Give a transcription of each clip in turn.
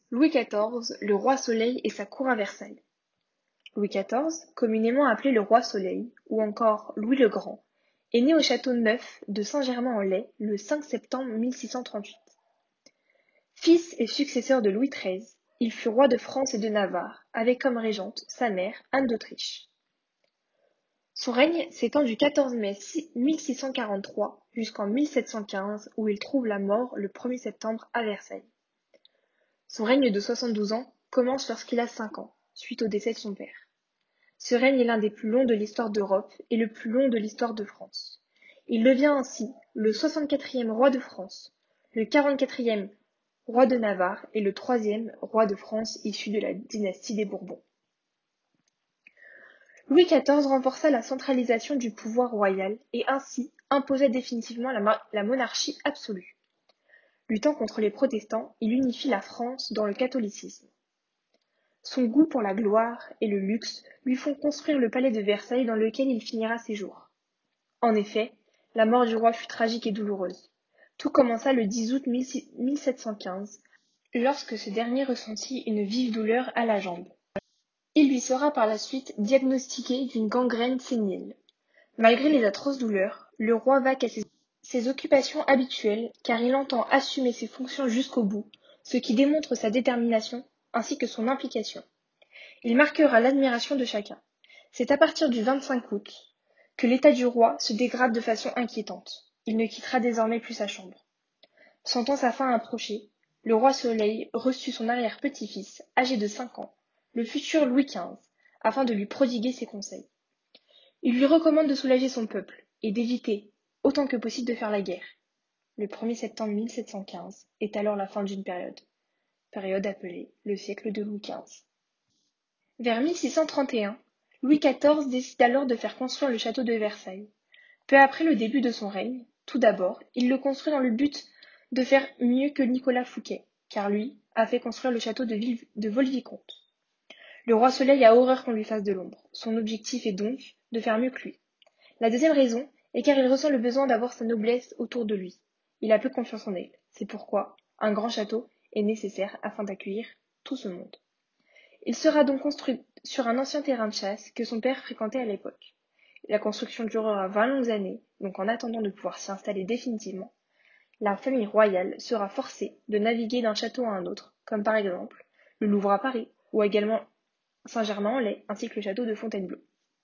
Louis XIV, le roi Soleil et sa cour à Versailles. Louis XIV, communément appelé le roi Soleil, ou encore Louis le Grand, est né au château neuf de Saint-Germain-en-Laye le 5 septembre 1638. Fils et successeur de Louis XIII, il fut roi de France et de Navarre, avec comme régente sa mère, Anne d'Autriche. Son règne s'étend du 14 mai 1643 jusqu'en 1715 où il trouve la mort le 1er septembre à Versailles. Son règne de 72 ans commence lorsqu'il a 5 ans, suite au décès de son père. Ce règne est l'un des plus longs de l'histoire d'Europe et le plus long de l'histoire de France. Il devient ainsi le 64e roi de France, le 44e roi de Navarre et le 3e roi de France issu de la dynastie des Bourbons. Louis XIV renforça la centralisation du pouvoir royal et ainsi imposa définitivement la monarchie absolue. Luttant contre les protestants, il unifie la France dans le catholicisme. Son goût pour la gloire et le luxe lui font construire le palais de Versailles dans lequel il finira ses jours. En effet, la mort du roi fut tragique et douloureuse. Tout commença le 10 août 1715, lorsque ce dernier ressentit une vive douleur à la jambe. Il lui sera par la suite diagnostiqué d'une gangrène sénile. Malgré les atroces douleurs, le roi vaque à ses occupations habituelles car il entend assumer ses fonctions jusqu'au bout, ce qui démontre sa détermination ainsi que son implication. Il marquera l'admiration de chacun. C'est à partir du 25 août que l'état du roi se dégrade de façon inquiétante. Il ne quittera désormais plus sa chambre. Sentant sa fin approcher, le roi Soleil reçut son arrière-petit-fils, âgé de 5 ans, le futur Louis XV, afin de lui prodiguer ses conseils. Il lui recommande de soulager son peuple et d'éviter, autant que possible, de faire la guerre. Le 1er septembre 1715 est alors la fin d'une période appelée le siècle de Louis XV. Vers 1631, Louis XIV décide alors de faire construire le château de Versailles. Peu après le début de son règne, tout d'abord, il le construit dans le but de faire mieux que Nicolas Fouquet, car lui a fait construire le château de Vaux-le-Vicomte. Le roi Soleil a horreur qu'on lui fasse de l'ombre. Son objectif est donc de faire mieux que lui. La deuxième raison est car il ressent le besoin d'avoir sa noblesse autour de lui. Il a peu confiance en elle. C'est pourquoi un grand château est nécessaire afin d'accueillir tout ce monde. Il sera donc construit sur un ancien terrain de chasse que son père fréquentait à l'époque. La construction durera 20 longues années, donc en attendant de pouvoir s'y installer définitivement, la famille royale sera forcée de naviguer d'un château à un autre, comme par exemple le Louvre à Paris, ou également Saint-Germain-en-Laye, ainsi que le château de Fontainebleau.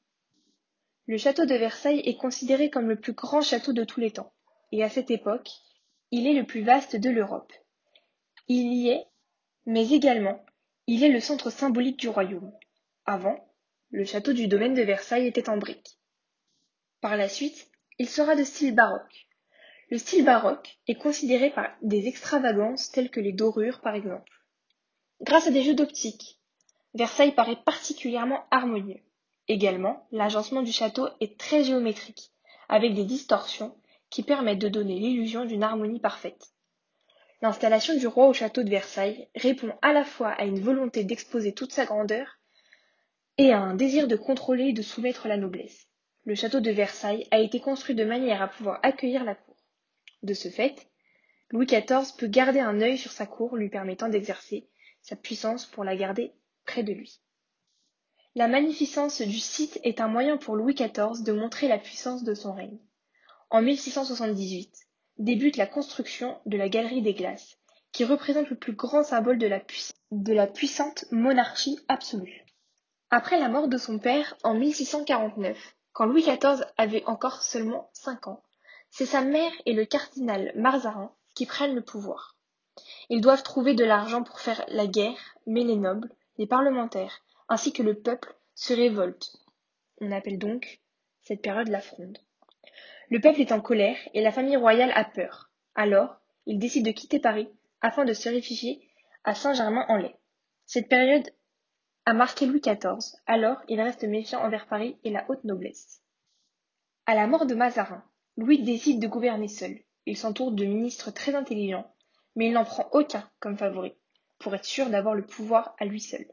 Le château de Versailles est considéré comme le plus grand château de tous les temps, et à cette époque, il est le plus vaste de l'Europe. Il y est, mais également, il est le centre symbolique du royaume. Avant, le château du domaine de Versailles était en briques. Par la suite, il sera de style baroque. Le style baroque est considéré par des extravagances telles que les dorures par exemple. Grâce à des jeux d'optique, Versailles paraît particulièrement harmonieux. Également, l'agencement du château est très géométrique, avec des distorsions qui permettent de donner l'illusion d'une harmonie parfaite. L'installation du roi au château de Versailles répond à la fois à une volonté d'exposer toute sa grandeur et à un désir de contrôler et de soumettre la noblesse. Le château de Versailles a été construit de manière à pouvoir accueillir la cour. De ce fait, Louis XIV peut garder un œil sur sa cour lui permettant d'exercer sa puissance pour la garder près de lui. La magnificence du site est un moyen pour Louis XIV de montrer la puissance de son règne. En 1678, débute la construction de la Galerie des Glaces, qui représente le plus grand symbole de la puissante monarchie absolue. Après la mort de son père en 1649, quand Louis XIV avait encore seulement 5 ans, c'est sa mère et le cardinal Mazarin qui prennent le pouvoir. Ils doivent trouver de l'argent pour faire la guerre, mais les nobles, les parlementaires, ainsi que le peuple se révoltent. On appelle donc cette période la Fronde. Le peuple est en colère et la famille royale a peur. Alors, ils décident de quitter Paris afin de se réfugier à Saint-Germain-en-Laye. Cette période a marqué Louis XIV, alors il reste méfiant envers Paris et la haute noblesse. À la mort de Mazarin, Louis décide de gouverner seul. Il s'entoure de ministres très intelligents, mais il n'en prend aucun comme favori, pour être sûr d'avoir le pouvoir à lui seul.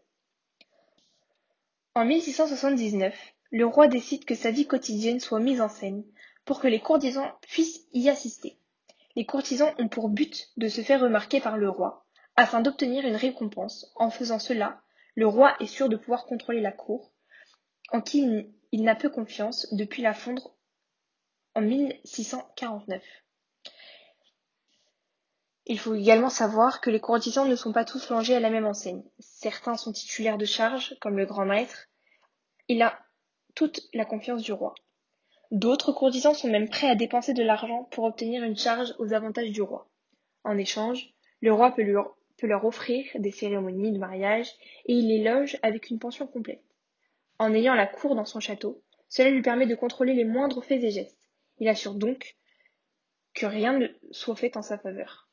En 1679, le roi décide que sa vie quotidienne soit mise en scène pour que les courtisans puissent y assister. Les courtisans ont pour but de se faire remarquer par le roi, afin d'obtenir une récompense. En faisant cela, le roi est sûr de pouvoir contrôler la cour, en qui il n'a peu confiance depuis la fondre en 1649. Il faut également savoir que les courtisans ne sont pas tous logés à la même enseigne. Certains sont titulaires de charges, comme le grand maître. Il a toute la confiance du roi. D'autres courtisans sont même prêts à dépenser de l'argent pour obtenir une charge aux avantages du roi. En échange, le roi peut leur offrir des cérémonies de mariage et il les loge avec une pension complète. En ayant la cour dans son château, cela lui permet de contrôler les moindres faits et gestes. Il assure donc que rien ne soit fait en sa faveur.